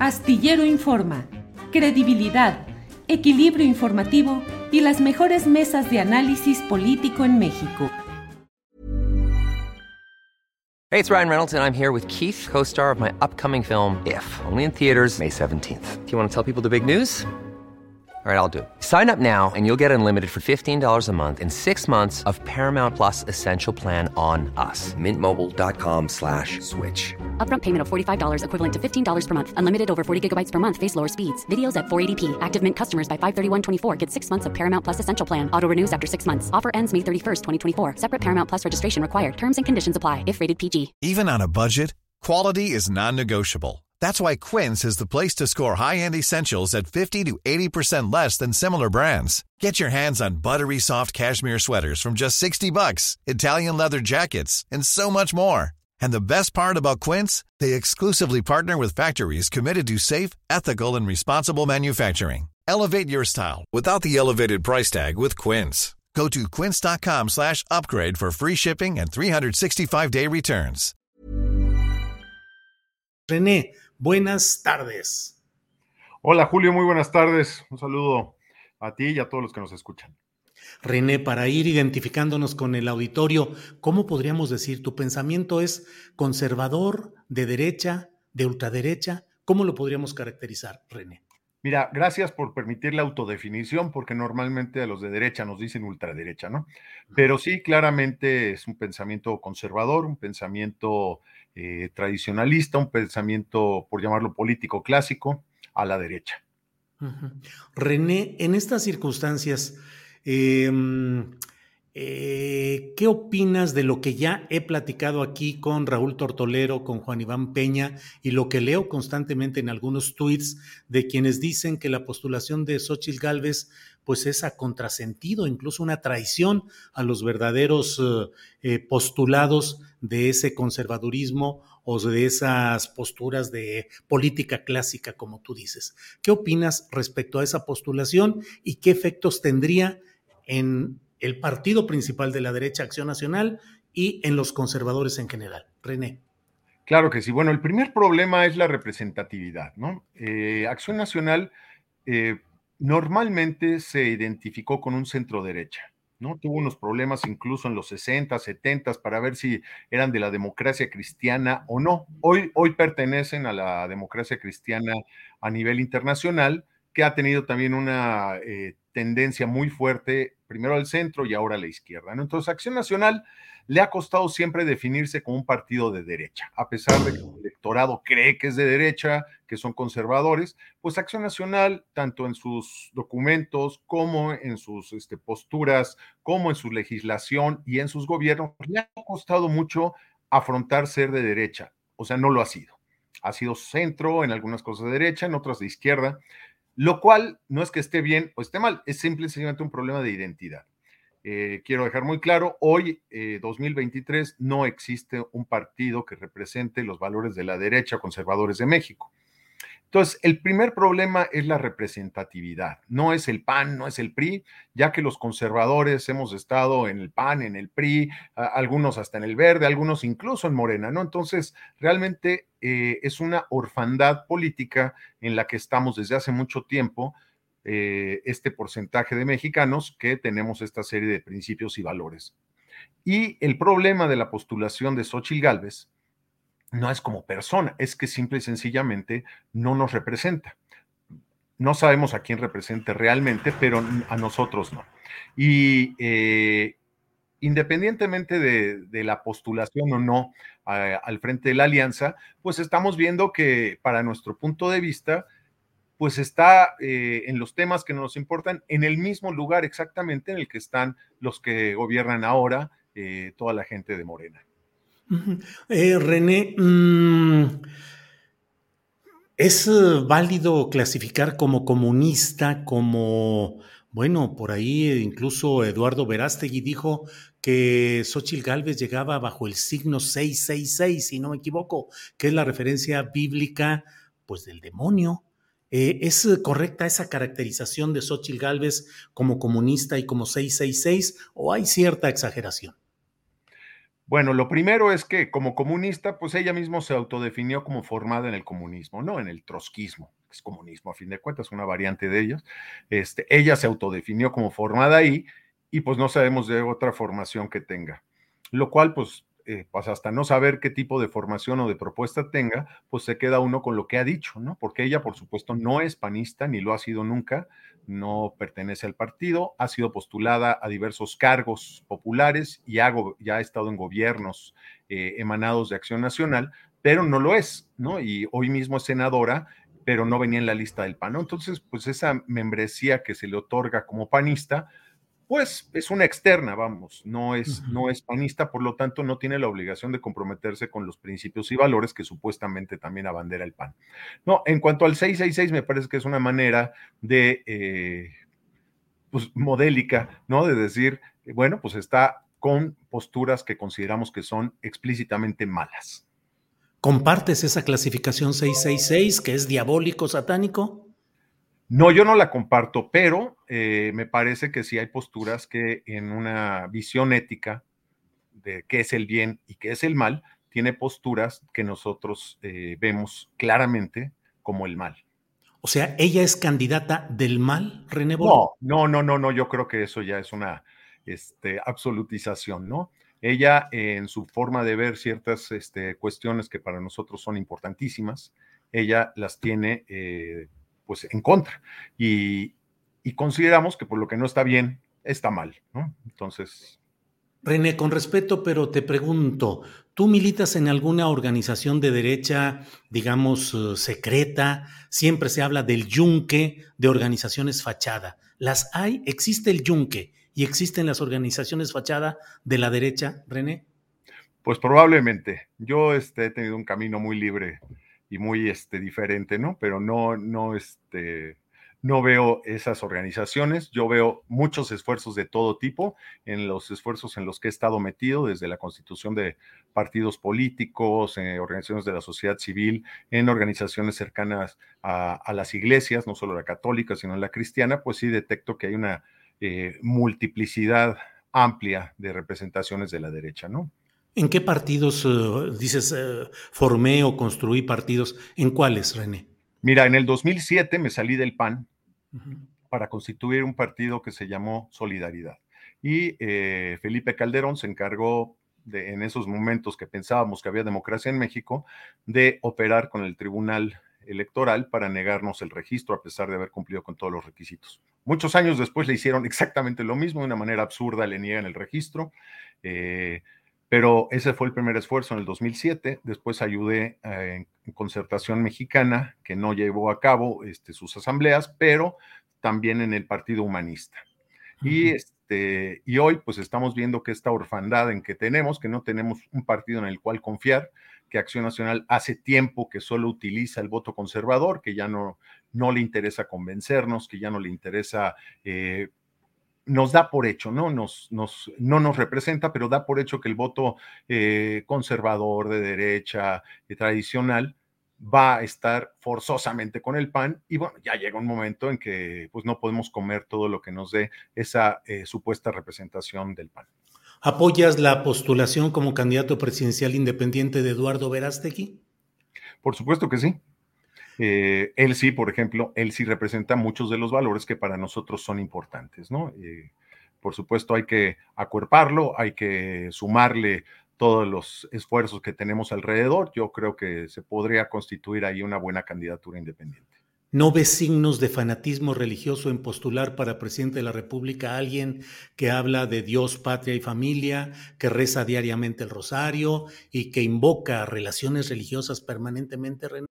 Astillero Informa, credibilidad, equilibrio informativo y las mejores mesas de análisis político en México. Hey, it's Ryan Reynolds, and I'm here with Keith, co-star of my upcoming film, If, only in theaters May 17th. Do you want to tell people the big news? All right, I'll do it. Sign up now and you'll get unlimited for $15 a month and 6 months of Paramount Plus Essential Plan on us. MintMobile.com/switch. Upfront payment of $45 equivalent to $15 per month. Unlimited over 40 gigabytes per month. Face lower speeds. Videos at 480p. Active Mint customers by 531.24 get 6 months of Paramount Plus Essential Plan. Auto renews after 6 months. Offer ends May 31st, 2024. Separate Paramount Plus registration required. Terms and conditions apply if rated PG. Even on a budget, quality is non-negotiable. That's why Quince is the place to score high-end essentials at 50 to 80% less than similar brands. Get your hands on buttery soft cashmere sweaters from just $60, Italian leather jackets, and so much more. And the best part about Quince, they exclusively partner with factories committed to safe, ethical, and responsible manufacturing. Elevate your style without the elevated price tag with Quince. Go to quince.com/upgrade for free shipping and 365-day returns. René, buenas tardes. Hola Julio, muy buenas tardes. Un saludo a ti y a todos los que nos escuchan. René, para ir identificándonos con el auditorio, ¿cómo podríamos decir? ¿Tu pensamiento es conservador, de derecha, de ultraderecha? ¿Cómo lo podríamos caracterizar, René? Mira, gracias por permitir la autodefinición, porque normalmente a los de derecha nos dicen ultraderecha, ¿no? Pero sí, claramente es un pensamiento conservador, un pensamiento tradicionalista, un pensamiento, por llamarlo político clásico, a la derecha. Uh-huh. René, en estas circunstancias, ¿qué opinas de lo que ya he platicado aquí con Raúl Tortolero, con Juan Iván Peña y lo que leo constantemente en algunos tweets de quienes dicen que la postulación de Xóchitl Gálvez pues es a contrasentido, incluso una traición a los verdaderos postulados de ese conservadurismo o de esas posturas de política clásica, como tú dices? ¿Qué opinas respecto a esa postulación y qué efectos tendría en el partido principal de la derecha, Acción Nacional, y en los conservadores en general? René. Claro que sí. Bueno, el primer problema es la representatividad, ¿no? Acción Nacional normalmente se identificó con un centro derecha, ¿no? Tuvo unos problemas incluso en los 60, 70 para ver si eran de la democracia cristiana o no. Hoy pertenecen a la democracia cristiana a nivel internacional, que ha tenido también una tendencia muy fuerte, primero al centro y ahora a la izquierda, ¿no? Entonces, Acción Nacional le ha costado siempre definirse como un partido de derecha, a pesar de que el electorado cree que es de derecha, que son conservadores, pues Acción Nacional, tanto en sus documentos como en sus posturas, como en su legislación y en sus gobiernos, le ha costado mucho afrontar ser de derecha, o sea, no lo ha sido. Ha sido centro, en algunas cosas de derecha, en otras de izquierda, lo cual no es que esté bien o esté mal, es simplemente un problema de identidad. Quiero dejar muy claro, hoy, 2023, no existe un partido que represente los valores de la derecha conservadores de México. Entonces, el primer problema es la representatividad. No es el PAN, no es el PRI, ya que los conservadores hemos estado en el PAN, en el PRI, algunos hasta en el Verde, algunos incluso en Morena, ¿no? Entonces, realmente es una orfandad política en la que estamos desde hace mucho tiempo, este porcentaje de mexicanos que tenemos esta serie de principios y valores. Y el problema de la postulación de Xóchitl Gálvez no es como persona, es que simple y sencillamente no nos representa. No sabemos a quién represente realmente, pero a nosotros no. Y independientemente de la postulación o no al frente de la alianza, pues estamos viendo que para nuestro punto de vista, pues está en los temas que nos importan en el mismo lugar exactamente en el que están los que gobiernan ahora, toda la gente de Morena. René, ¿es válido clasificar como comunista, como, bueno, por ahí incluso Eduardo Verástegui dijo que Xóchitl Gálvez llegaba bajo el signo 666, si no me equivoco, que es la referencia bíblica, pues, del demonio? ¿Es correcta esa caracterización de Xóchitl Gálvez como comunista y como 666 o hay cierta exageración? Bueno, lo primero es que como comunista, pues ella misma se autodefinió como formada en el comunismo, no en el trotskismo, que es comunismo a fin de cuentas, una variante de ellos. Ella se autodefinió como formada ahí y pues no sabemos de otra formación que tenga, lo cual pues hasta no saber qué tipo de formación o de propuesta tenga, pues se queda uno con lo que ha dicho, ¿no? Porque ella, por supuesto, no es panista, ni lo ha sido nunca, no pertenece al partido, ha sido postulada a diversos cargos populares y ya ha estado en gobiernos emanados de Acción Nacional, pero no lo es, ¿no? Y hoy mismo es senadora, pero no venía en la lista del PAN, ¿no? Entonces, pues esa membresía que se le otorga como panista, pues es una externa, vamos, no es panista, por lo tanto no tiene la obligación de comprometerse con los principios y valores que supuestamente también abandera el PAN. No, en cuanto al 666 me parece que es una manera de, pues modélica, ¿no? De decir, bueno, pues está con posturas que consideramos que son explícitamente malas. ¿Compartes esa clasificación 666, que es diabólico, satánico? No, yo no la comparto, pero me parece que sí hay posturas que en una visión ética de qué es el bien y qué es el mal, tiene posturas que nosotros vemos claramente como el mal. O sea, ¿ella es candidata del mal, René Bol? No, yo creo que eso ya es una absolutización, ¿no? Ella en su forma de ver ciertas cuestiones que para nosotros son importantísimas, ella las tiene pues en contra y consideramos que por lo que no está bien, está mal, ¿no? Entonces... René, con respeto, pero te pregunto, ¿tú militas en alguna organización de derecha, digamos, secreta? Siempre se habla del yunque de organizaciones fachada. ¿Las hay? ¿Existe el yunque y existen las organizaciones fachada de la derecha, René? Pues probablemente. Yo he tenido un camino muy libre y muy diferente, ¿no? Pero no veo esas organizaciones. Yo veo muchos esfuerzos de todo tipo, en los esfuerzos en los que he estado metido, desde la constitución de partidos políticos, organizaciones de la sociedad civil, en organizaciones cercanas a las iglesias, no solo la católica, sino la cristiana, pues sí detecto que hay una multiplicidad amplia de representaciones de la derecha, ¿no? ¿En qué partidos, dices, formé o construí partidos? ¿En cuáles, René? Mira, en el 2007 me salí del PAN para constituir un partido que se llamó Solidaridad. Y Felipe Calderón se encargó en esos momentos que pensábamos que había democracia en México, de operar con el Tribunal Electoral para negarnos el registro a pesar de haber cumplido con todos los requisitos. Muchos años después le hicieron exactamente lo mismo, de una manera absurda le niegan el registro, pero ese fue el primer esfuerzo en el 2007. Después ayudé en Concertación Mexicana, que no llevó a cabo sus asambleas, pero también en el Partido Humanista. Y hoy pues estamos viendo que esta orfandad en que no tenemos un partido en el cual confiar, que Acción Nacional hace tiempo que solo utiliza el voto conservador, que ya no le interesa convencernos, que ya no le interesa... nos da por hecho, no nos representa, pero da por hecho que el voto conservador, de derecha, tradicional, va a estar forzosamente con el PAN, y bueno, ya llega un momento en que pues no podemos comer todo lo que nos dé esa supuesta representación del PAN. ¿Apoyas la postulación como candidato presidencial independiente de Eduardo Verástegui? Por supuesto que sí. Él sí, por ejemplo, él sí representa muchos de los valores que para nosotros son importantes, ¿no? Por supuesto hay que acuerparlo, hay que sumarle todos los esfuerzos que tenemos alrededor. Yo creo que se podría constituir ahí una buena candidatura independiente. ¿No ves signos de fanatismo religioso en postular para presidente de la República a alguien que habla de Dios, patria y familia, que reza diariamente el rosario y que invoca relaciones religiosas permanentemente, René?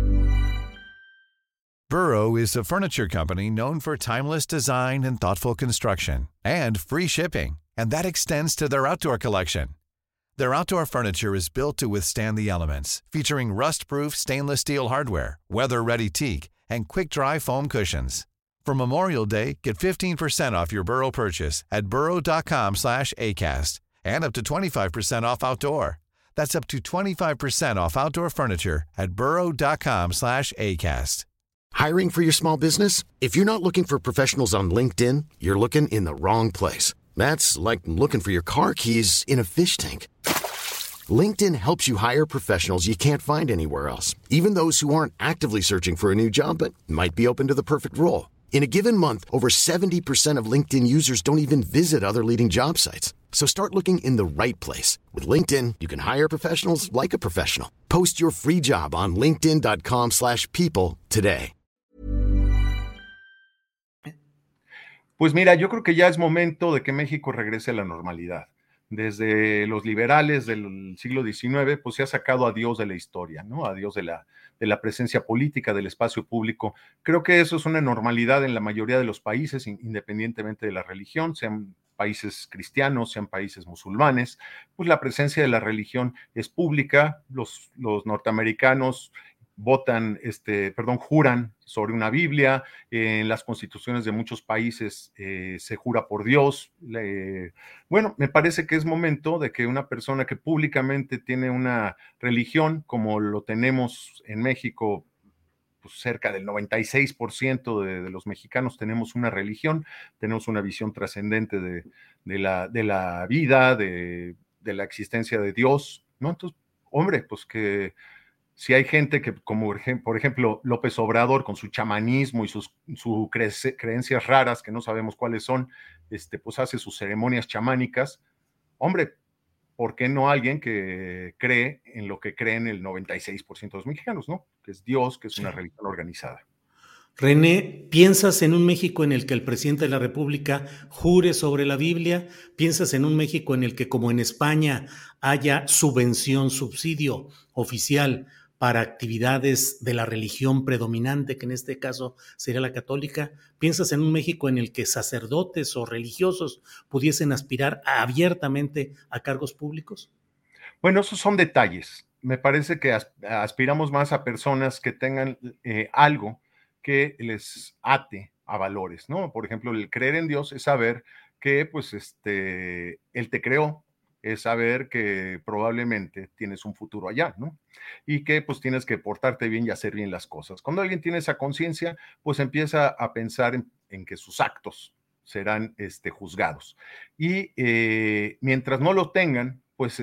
Burrow is a furniture company known for timeless design and thoughtful construction, and free shipping, and that extends to their outdoor collection. Their outdoor furniture is built to withstand the elements, featuring rust-proof stainless steel hardware, weather-ready teak, and quick-dry foam cushions. For Memorial Day, get 15% off your Burrow purchase at burrow.com/acast, and up to 25% off outdoor. That's up to 25% off outdoor furniture at burrow.com/acast. Hiring for your small business? If you're not looking for professionals on LinkedIn, you're looking in the wrong place. That's like looking for your car keys in a fish tank. LinkedIn helps you hire professionals you can't find anywhere else, even those who aren't actively searching for a new job but might be open to the perfect role. In a given month, over 70% of LinkedIn users don't even visit other leading job sites. So start looking in the right place. With LinkedIn, you can hire professionals like a professional. Post your free job on linkedin.com/people today. Pues mira, yo creo que ya es momento de que México regrese a la normalidad. Desde los liberales del siglo XIX, pues se ha sacado a Dios de la historia, ¿no? A Dios de la presencia política, del espacio público. Creo que eso es una normalidad en la mayoría de los países, independientemente de la religión, sean países cristianos, sean países musulmanes, pues la presencia de la religión es pública. Los norteamericanos juran sobre una Biblia. En las constituciones de muchos países se jura por Dios. Bueno, me parece que es momento de que una persona que públicamente tiene una religión, como lo tenemos en México, pues cerca del 96% de los mexicanos tenemos una religión, tenemos una visión trascendente de la vida, de la existencia de Dios, ¿no? Entonces, hombre, pues que si hay gente que, como por ejemplo López Obrador, con su chamanismo y sus creencias raras, que no sabemos cuáles son, pues hace sus ceremonias chamánicas, hombre, ¿por qué no alguien que cree en lo que creen el 96% de los mexicanos, ¿no? Que es Dios, que es una religión organizada. René, ¿piensas en un México en el que el presidente de la República jure sobre la Biblia? ¿Piensas en un México en el que, como en España, haya subvención, subsidio oficial para actividades de la religión predominante, que en este caso sería la católica? ¿Piensas en un México en el que sacerdotes o religiosos pudiesen aspirar abiertamente a cargos públicos? Bueno, esos son detalles. Me parece que aspiramos más a personas que tengan algo que les ate a valores, ¿no? Por ejemplo, el creer en Dios es saber que, pues, Él te creó, es saber que probablemente tienes un futuro allá, ¿no? Y que, pues, tienes que portarte bien y hacer bien las cosas. Cuando alguien tiene esa conciencia, pues empieza a pensar en que sus actos serán juzgados. Y mientras no lo tengan, pues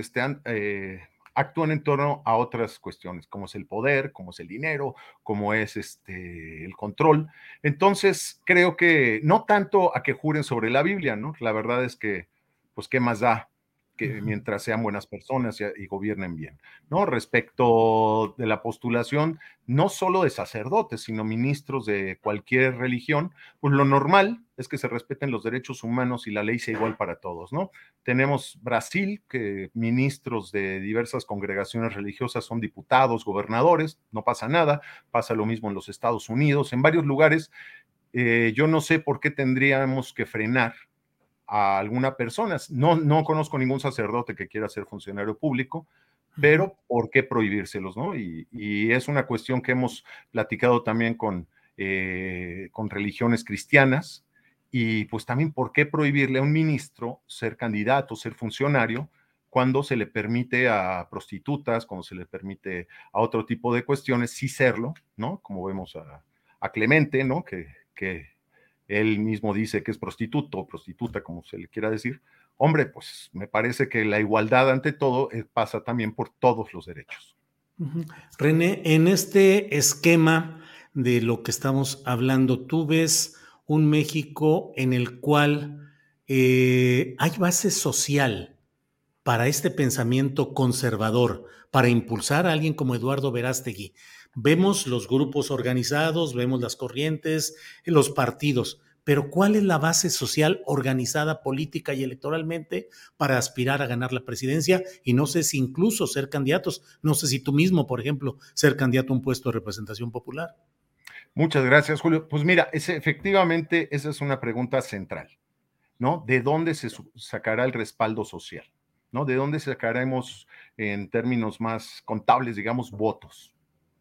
actúan en torno a otras cuestiones, como es el poder, como es el dinero, como es el control. Entonces, creo que no tanto a que juren sobre la Biblia, ¿no? La verdad es que, pues, ¿qué más da? Que mientras sean buenas personas y gobiernen bien, ¿no? Respecto de la postulación, no solo de sacerdotes, sino ministros de cualquier religión, pues lo normal es que se respeten los derechos humanos y la ley sea igual para todos, ¿no? Tenemos Brasil, que ministros de diversas congregaciones religiosas son diputados, gobernadores, no pasa nada, pasa lo mismo en los Estados Unidos, en varios lugares. Yo no sé por qué tendríamos que frenar a alguna persona. No conozco ningún sacerdote que quiera ser funcionario público, pero ¿por qué prohibírselos, no? Y es una cuestión que hemos platicado también con religiones cristianas, y pues también ¿por qué prohibirle a un ministro ser candidato, ser funcionario, cuando se le permite a prostitutas, cuando se le permite a otro tipo de cuestiones sí serlo, ¿no? Como vemos a Clemente, ¿no? Que él mismo dice que es prostituto o prostituta, como se le quiera decir. Hombre, pues me parece que la igualdad ante todo pasa también por todos los derechos. René, en este esquema de lo que estamos hablando, ¿tú ves un México en el cual hay base social para este pensamiento conservador, para impulsar a alguien como Eduardo Verástegui? Vemos los grupos organizados, vemos las corrientes, los partidos, pero ¿cuál es la base social organizada política y electoralmente para aspirar a ganar la presidencia? Y no sé si incluso ser candidatos, no sé si tú mismo, por ejemplo, ser candidato a un puesto de representación popular. Muchas gracias, Julio. Pues mira, efectivamente esa es una pregunta central, ¿no? ¿De dónde se sacará el respaldo social? ¿No? ¿De dónde sacaremos, en términos más contables, digamos, votos?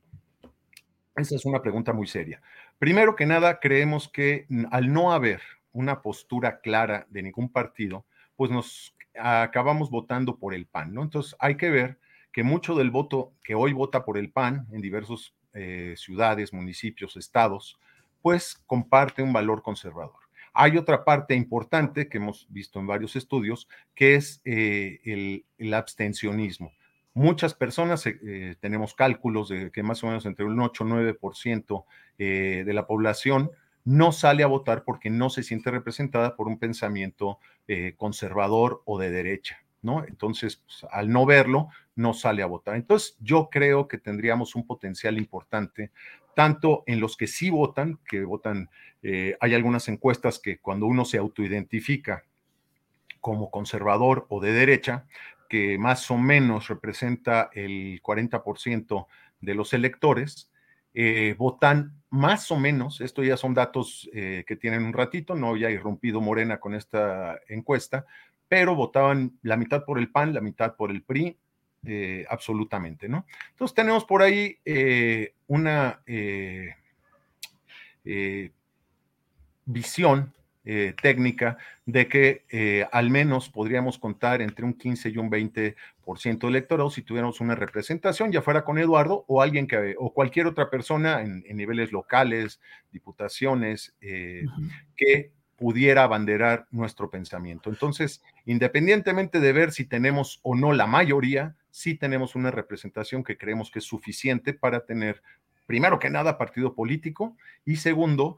Esa es una pregunta muy seria. Primero que nada, creemos que al no haber una postura clara de ningún partido, pues nos acabamos votando por el PAN, ¿no? Entonces hay que ver que mucho del voto que hoy vota por el PAN en diversas ciudades, municipios, estados, pues comparte un valor conservador. Hay otra parte importante que hemos visto en varios estudios, que es el abstencionismo. muchas personas, tenemos cálculos de que más o menos entre un 8 o 9% de la población no sale a votar porque no se siente representada por un pensamiento conservador o de derecha, ¿no? Entonces, pues, al no verlo, no sale a votar. Entonces, yo creo que tendríamos un potencial importante, tanto en los que sí votan, hay algunas encuestas que cuando uno se autoidentifica como conservador o de derecha, que más o menos representa el 40% de los electores, votan más o menos, esto ya son datos que tienen un ratito, no había irrumpido Morena con esta encuesta, pero votaban la mitad por el PAN, la mitad por el PRI, absolutamente, ¿no? Entonces tenemos por ahí una visión técnica de que al menos podríamos contar entre un 15 y un 20% de electorado si tuviéramos una representación, ya fuera con Eduardo o alguien o cualquier otra persona en niveles locales, diputaciones, que pudiera abanderar nuestro pensamiento. Entonces, independientemente de ver si tenemos o no la mayoría, sí tenemos una representación que creemos que es suficiente para tener, primero que nada, partido político y segundo,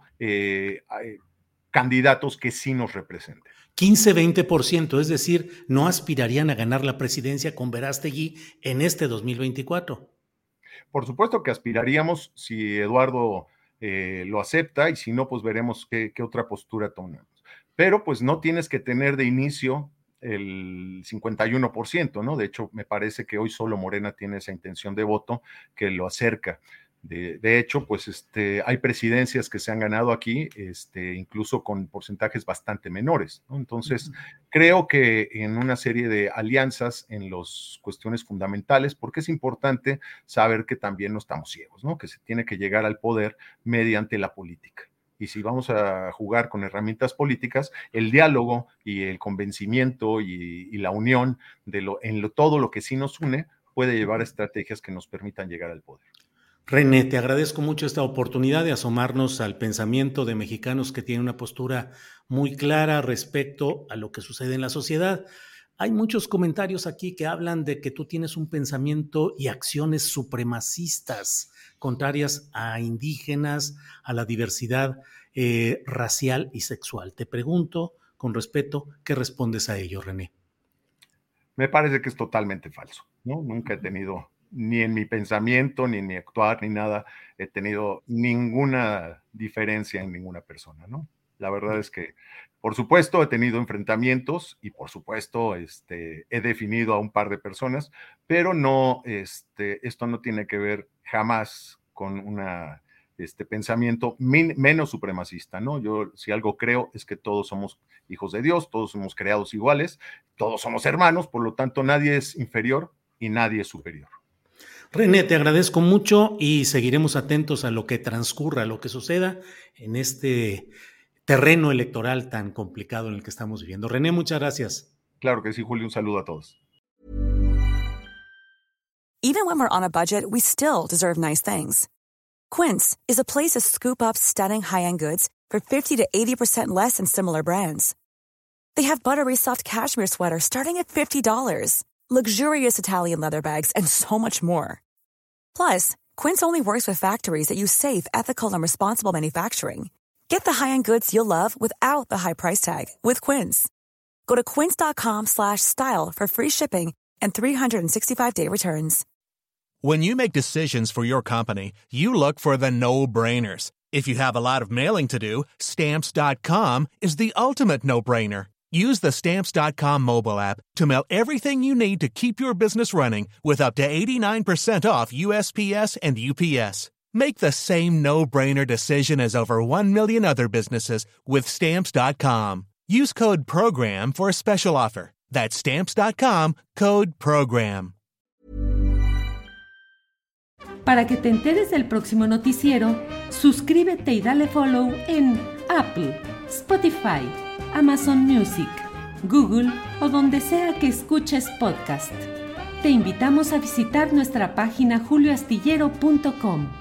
candidatos que sí nos representen. 15-20%, es decir, no aspirarían a ganar la presidencia con Verástegui en este 2024. Por supuesto que aspiraríamos si Eduardo lo acepta y si no, pues veremos qué otra postura tomamos. Pero pues no tienes que tener de inicio el 51%, ¿no? De hecho, me parece que hoy solo Morena tiene esa intención de voto que lo acerca. De hecho, pues hay presidencias que se han ganado aquí, incluso con porcentajes bastante menores, ¿no? Entonces, creo que en una serie de alianzas en las cuestiones fundamentales, porque es importante saber que también no estamos ciegos, ¿no? Que se tiene que llegar al poder mediante la política. Y si vamos a jugar con herramientas políticas, el diálogo y el convencimiento y la unión todo lo que sí nos une puede llevar a estrategias que nos permitan llegar al poder. René, te agradezco mucho esta oportunidad de asomarnos al pensamiento de mexicanos que tienen una postura muy clara respecto a lo que sucede en la sociedad. Hay muchos comentarios aquí que hablan de que tú tienes un pensamiento y acciones supremacistas, contrarias a indígenas, a la diversidad racial y sexual. Te pregunto, con respeto, ¿qué respondes a ello, René? Me parece que es totalmente falso, ¿no? Nunca he tenido, ni en mi pensamiento, ni en mi actuar, ni nada, he tenido ninguna diferencia en ninguna persona, ¿no? La verdad es que, por supuesto, he tenido enfrentamientos y, por supuesto, he definido a un par de personas, pero no, esto no tiene que ver jamás con una pensamiento menos supremacista, ¿no? Yo, si algo creo, es que todos somos hijos de Dios, todos somos creados iguales, todos somos hermanos, por lo tanto, nadie es inferior y nadie es superior. René, te agradezco mucho y seguiremos atentos a lo que transcurra, a lo que suceda en este terreno electoral tan complicado en el que estamos viviendo. René, muchas gracias. Claro que sí, Julio, un saludo a todos. Even when we're on a budget, we still deserve nice things. Quince is a place to scoop up stunning high-end goods for 50 to 80% less than similar brands. They have buttery soft cashmere sweaters starting at $50, luxurious Italian leather bags, and so much more. Plus, Quince only works with factories that use safe, ethical, and responsible manufacturing. Get the high-end goods you'll love without the high price tag with Quince. Go to quince.com/style for free shipping and 365-day returns. When you make decisions for your company, you look for the no-brainers. If you have a lot of mailing to do, Stamps.com is the ultimate no-brainer. Use the Stamps.com mobile app to mail everything you need to keep your business running with up to 89% off USPS and UPS. Make the same no-brainer decision as over 1 million other businesses with Stamps.com. Use code PROGRAM for a special offer. That's Stamps.com, code PROGRAM. Para que te enteres del próximo noticiero, suscríbete y dale follow en Apple, Spotify, Amazon Music, Google o donde sea que escuches podcast. Te invitamos a visitar nuestra página julioastillero.com.